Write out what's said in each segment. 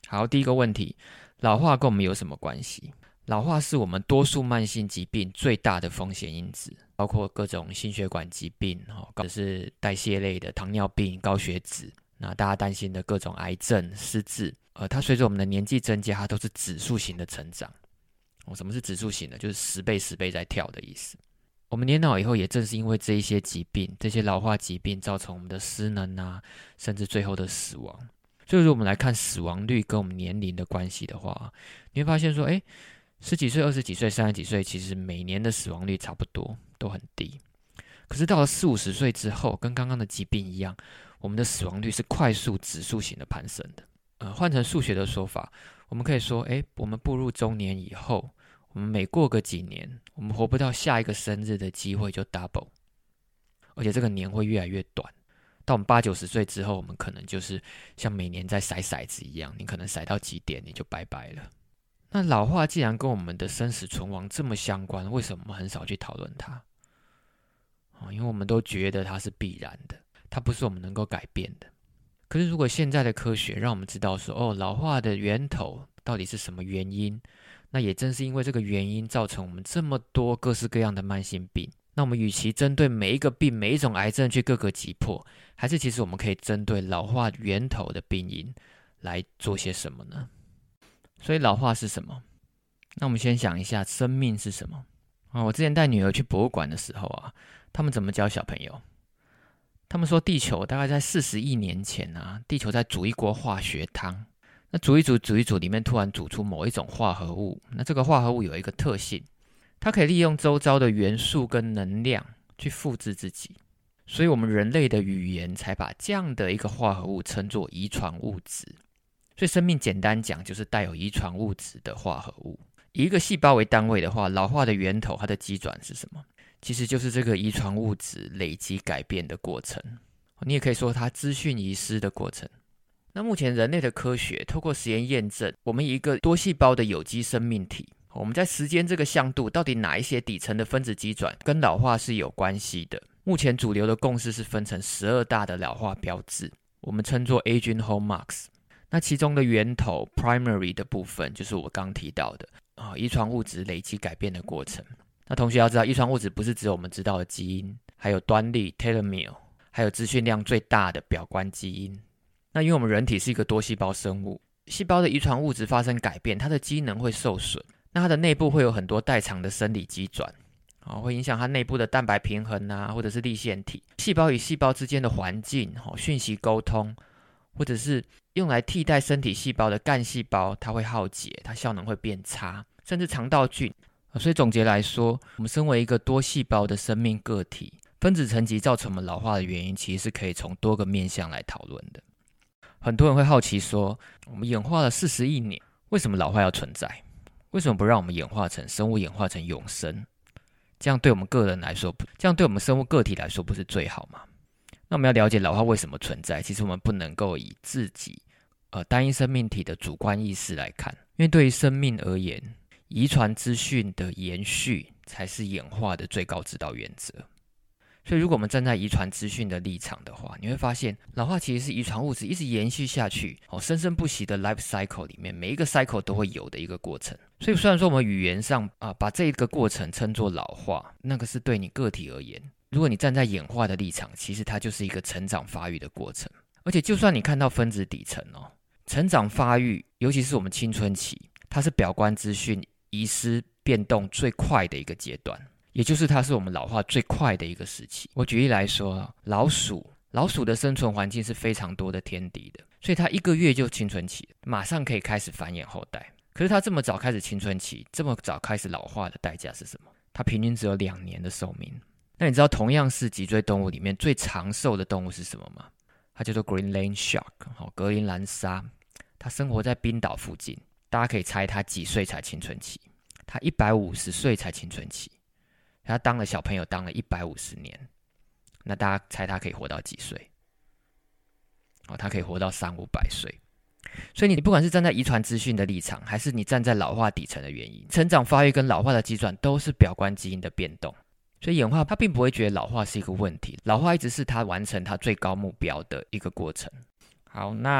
好，第一个问题，老化跟我们有什么关系？老化是我们多数慢性疾病最大的风险因子，包括各种心血管疾病，或者是代谢类的糖尿病、高血脂，那大家担心的各种癌症、失智，它随着我们的年纪增加，它都是指数型的成长。什么是指数型的？就是10倍、10倍在跳的意思。我们年老以后，也正是因为这一些疾病、这些老化疾病，造成我们的失能啊，甚至最后的死亡。所以，如果我们来看死亡率跟我们年龄的关系的话，你会发现说，10几岁、20几岁、30几岁，其实每年的死亡率差不多，都很低。可是到了40、50岁之后，跟刚刚的疾病一样，我们的死亡率是快速指数型的攀升的。换成数学的说法，我们可以说，我们步入中年以后，我们每过个几年，我们活不到下一个生日的机会就 double， 而且这个年会越来越短。到我们80、90岁之后，我们可能就是像每年在骰骰子一样，你可能骰到几点你就拜拜了。那老化既然跟我们的生死存亡这么相关，为什么我们很少去讨论它？因为我们都觉得它是必然的，它不是我们能够改变的。可是如果现在的科学让我们知道说，老化的源头到底是什么原因，那也正是因为这个原因造成我们这么多各式各样的慢性病。那我们与其针对每一个病、每一种癌症去各个击破，还是其实我们可以针对老化源头的病因来做些什么呢？所以老化是什么？那我们先想一下生命是什么。我之前带女儿去博物馆的时候啊，他们怎么教小朋友？他们说地球大概在40亿年前啊，地球在煮一锅化学汤。那煮一煮，里面突然煮出某一种化合物。那这个化合物有一个特性，它可以利用周遭的元素跟能量去复制自己。所以我们人类的语言才把这样的一个化合物称作遗传物质。所以生命简单讲就是带有遗传物质的化合物。以一个细胞为单位的话，老化的源头它的机转是什么？其实就是这个遗传物质累积改变的过程。你也可以说它资讯遗失的过程。那目前人类的科学透过实验验证，我们以一个多细胞的有机生命体，我们在时间这个向度到底哪一些底层的分子机转跟老化是有关系的。目前主流的共识是分成12大的老化标志，我们称作 Aging Hallmarks。那其中的源头 primary 的部分就是我刚提到的遗传物质累积改变的过程。那同学要知道，遗传物质不是只有我们知道的基因，还有端粒 telomere， 还有资讯量最大的表观基因。那因为我们人体是一个多细胞生物，细胞的遗传物质发生改变，它的机能会受损，那它的内部会有很多代偿的生理机转，会影响它内部的蛋白平衡啊，或者是粒线体。细胞与细胞之间的环境、讯息沟通，或者是用来替代身体细胞的干细胞，它会耗竭，它效能会变差，甚至肠道菌。所以总结来说，我们身为一个多细胞的生命个体，分子层级造成我们老化的原因，其实是可以从多个面向来讨论的。很多人会好奇说，我们演化了40亿年，为什么老化要存在？为什么不让我们演化成生物演化成永生？这样对我们个人来说，这样对我们生物个体来说不是最好吗？那我们要了解老化为什么存在，其实我们不能够以自己单一生命体的主观意识来看，因为对于生命而言，遗传资讯的延续才是演化的最高指导原则。所以如果我们站在遗传资讯的立场的话，你会发现老化其实是遗传物质一直延续下去生生不息的 life cycle 里面每一个 cycle 都会有的一个过程。所以虽然说我们语言上把这个过程称作老化，那个是对你个体而言，如果你站在演化的立场，其实它就是一个成长发育的过程。而且就算你看到分子底层成长发育，尤其是我们青春期，它是表观资讯遗失变动最快的一个阶段，也就是它是我们老化最快的一个时期。我举例来说，老鼠的生存环境是非常多的天敌的，所以它1个月就青春期，马上可以开始繁衍后代。可是它这么早开始青春期，这么早开始老化的代价是什么？它平均只有2年的寿命。那你知道同样是脊椎动物里面最长寿的动物是什么吗？它叫做 Greenland Shark， 格陵兰鲨。它生活在冰岛附近，大家可以猜它几岁才青春期？它150岁才青春期。他当了小朋友当了150年，那大家猜他可以活到几岁？他可以活到300-500岁。所以你不管是站在遗传资讯的立场，还是你站在老化底层的原因，成长发育跟老化的机转都是表观基因的变动。所以演化它并不会觉得老化是一个问题，老化一直是它完成它最高目标的一个过程。好，那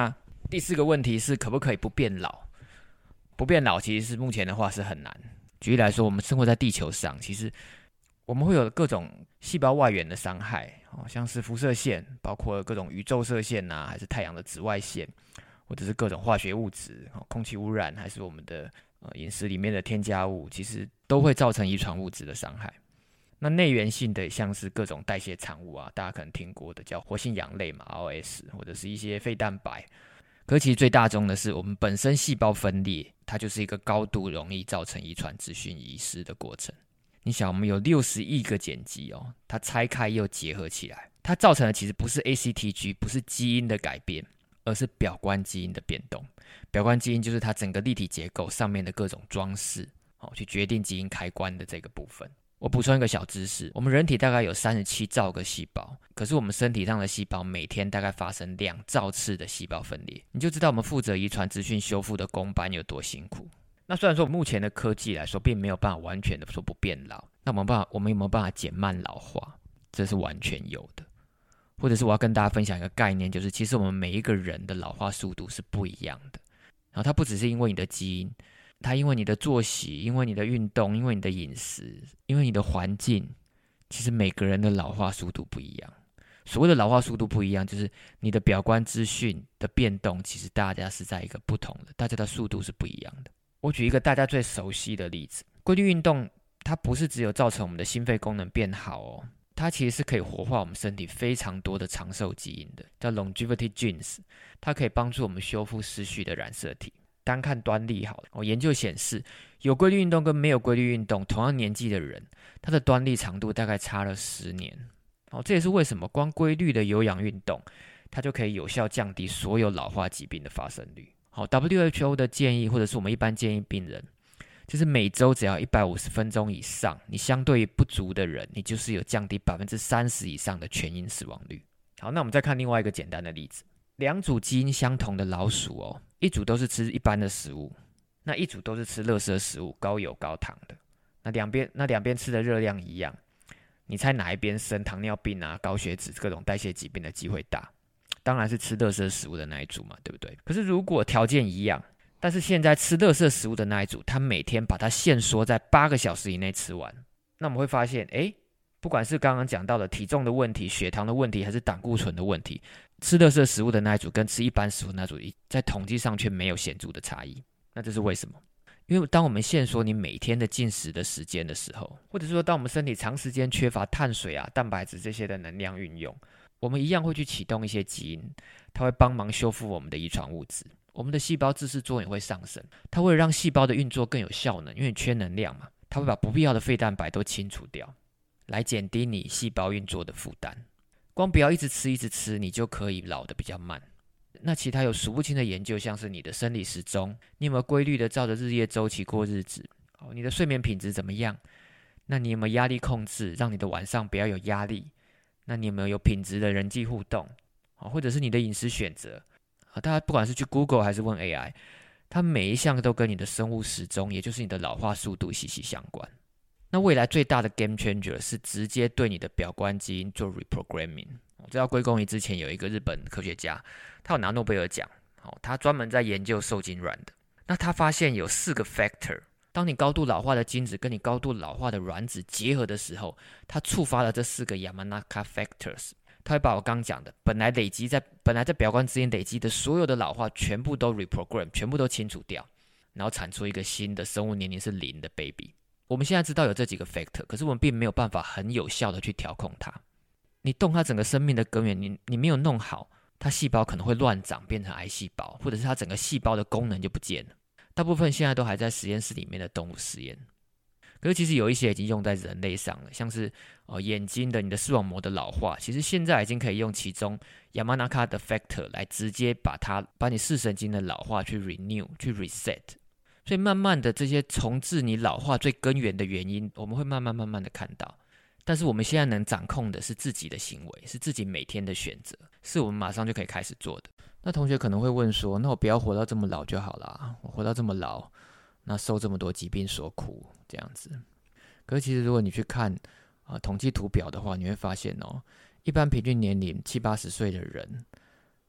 第4个问题是可不可以不变老？不变老其实是目前的话是很难。举例来说，我们生活在地球上，其实我们会有各种细胞外源的伤害，像是辐射线，包括各种宇宙射线啊，还是太阳的紫外线，或者是各种化学物质、空气污染，还是我们的饮食里面的添加物，其实都会造成遗传物质的伤害。那内源性的像是各种代谢产物啊，大家可能听过的叫活性氧类嘛 ，RS， 或者是一些肺蛋白。可其实最大宗的是我们本身细胞分裂，它就是一个高度容易造成遗传资讯遗失的过程。你想，我们有60亿个碱基它拆开又结合起来，它造成的其实不是 ACTG， 不是基因的改变，而是表观基因的变动。表观基因就是它整个立体结构上面的各种装饰，去决定基因开关的这个部分。我补充一个小知识，我们人体大概有37兆个细胞，可是我们身体上的细胞每天大概发生2兆次的细胞分裂，你就知道我们负责遗传资讯修复的工班有多辛苦。那虽然说目前的科技来说并没有办法完全的说不变老，那我们有没有办法减慢老化？这是完全有的。或者是我要跟大家分享一个概念，就是其实我们每一个人的老化速度是不一样的，然后它不只是因为你的基因，它因为你的作息，因为你的运动，因为你的饮食，因为你的环境，其实每个人的老化速度不一样。所谓的老化速度不一样，就是你的表观资讯的变动，其实大家是在一个不同的，大家的速度是不一样的。我举一个大家最熟悉的例子，规律运动，它不是只有造成我们的心肺功能变好它其实是可以活化我们身体非常多的长寿基因的，叫 longevity genes， 它可以帮助我们修复失去的染色体。单看端粒好了，研究显示，有规律运动跟没有规律运动，同样年纪的人，他的端粒长度大概差了10年。这也是为什么光规律的有氧运动，它就可以有效降低所有老化疾病的发生率。WHO 的建议，或者是我们一般建议病人，就是每周只要150分钟以上，你相对于不足的人，你就是有降低30%以上的全因死亡率。好，那我们再看另外一个简单的例子，2组基因相同的老鼠一组都是吃一般的食物，那一组都是吃垃圾食物，高油高糖的，那两边吃的热量一样，你猜哪一边生糖尿病啊、高血脂、各种代谢疾病的机会大？当然是吃垃圾食物的那一组嘛，对不对？可是如果条件一样，但是现在吃垃圾食物的那一组，他每天把它限缩在8个小时以内吃完，那我们会发现，不管是刚刚讲到的体重的问题、血糖的问题，还是胆固醇的问题，吃垃圾食物的那一组跟吃一般食物的那一组，在统计上却没有显著的差异。那这是为什么？因为当我们限缩你每天的进食的时间的时候，或者说当我们身体长时间缺乏碳水啊、蛋白质这些的能量运用，我们一样会去启动一些基因，它会帮忙修复我们的遗传物质，我们的细胞自噬作用也会上升，它会让细胞的运作更有效能，因为你缺能量嘛，它会把不必要的废蛋白都清除掉，来减低你细胞运作的负担。光不要一直吃，你就可以老得比较慢。那其他有数不清的研究，像是你的生理时钟，你有没有规律的照着日夜周期过日子？你的睡眠品质怎么样？那你有没有压力控制，让你的晚上不要有压力？那你有没有品质的人际互动？或者是你的饮食选择？大家不管是去 Google 还是问 AI， 它每一项都跟你的生物时钟，也就是你的老化速度息息相关。那未来最大的 game changer 是直接对你的表观基因做 reprogramming。这要归功于之前有一个日本科学家，他有拿诺贝尔奖，他专门在研究受精卵的。那他发现有4个 factor， 当你高度老化的精子跟你高度老化的卵子结合的时候，它触发了这4个 Yamanaka factors， 它会把我刚讲的本来在表观基因累积的所有的老化全部都 reprogram， 全部都清除掉，然后产出一个新的生物年龄是0的 baby。我们现在知道有这几个 factor， 可是我们并没有办法很有效的去调控它。你动它整个生命的根源，你没有弄好，它细胞可能会乱长变成癌细胞，或者是它整个细胞的功能就不见了。大部分现在都还在实验室里面的动物实验，可是其实有一些已经用在人类上了，像是眼睛的你的视网膜的老化，其实现在已经可以用其中 Yamanaka 的 factor 来直接把你视神经的老化去 renew 去 reset。所以慢慢的这些重置你老化最根源的原因，我们会慢慢的看到。但是我们现在能掌控的是自己的行为，是自己每天的选择，是我们马上就可以开始做的。那同学可能会问说，那我不要活到这么老就好啦，我活到这么老，那受这么多疾病所苦这样子。可是其实如果你去看统计图表的话，你会发现一般平均年龄70-80岁的人，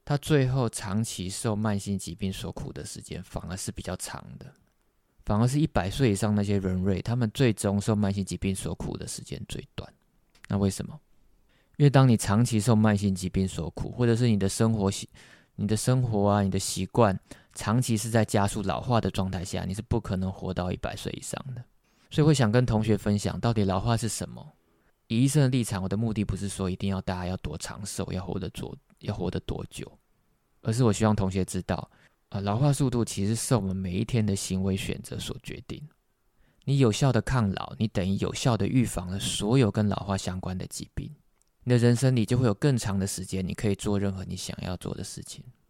他最后长期受慢性疾病所苦的时间反而是比较长的，反而是100岁以上那些人瑞，他们最终受慢性疾病所苦的时间最短。那为什么？因为当你长期受慢性疾病所苦，或者是你的生活啊，你的习惯长期是在加速老化的状态下，你是不可能活到100岁以上的。所以会想跟同学分享，到底老化是什么？以医生的立场，我的目的不是说一定要大家要多长寿，要活得多久，而是我希望同学知道，老化速度其实是我们每一天的行为选择所决定。你有效的抗老，你等于有效的预防了所有跟老化相关的疾病。你的人生里就会有更长的时间，你可以做任何你想要做的事情。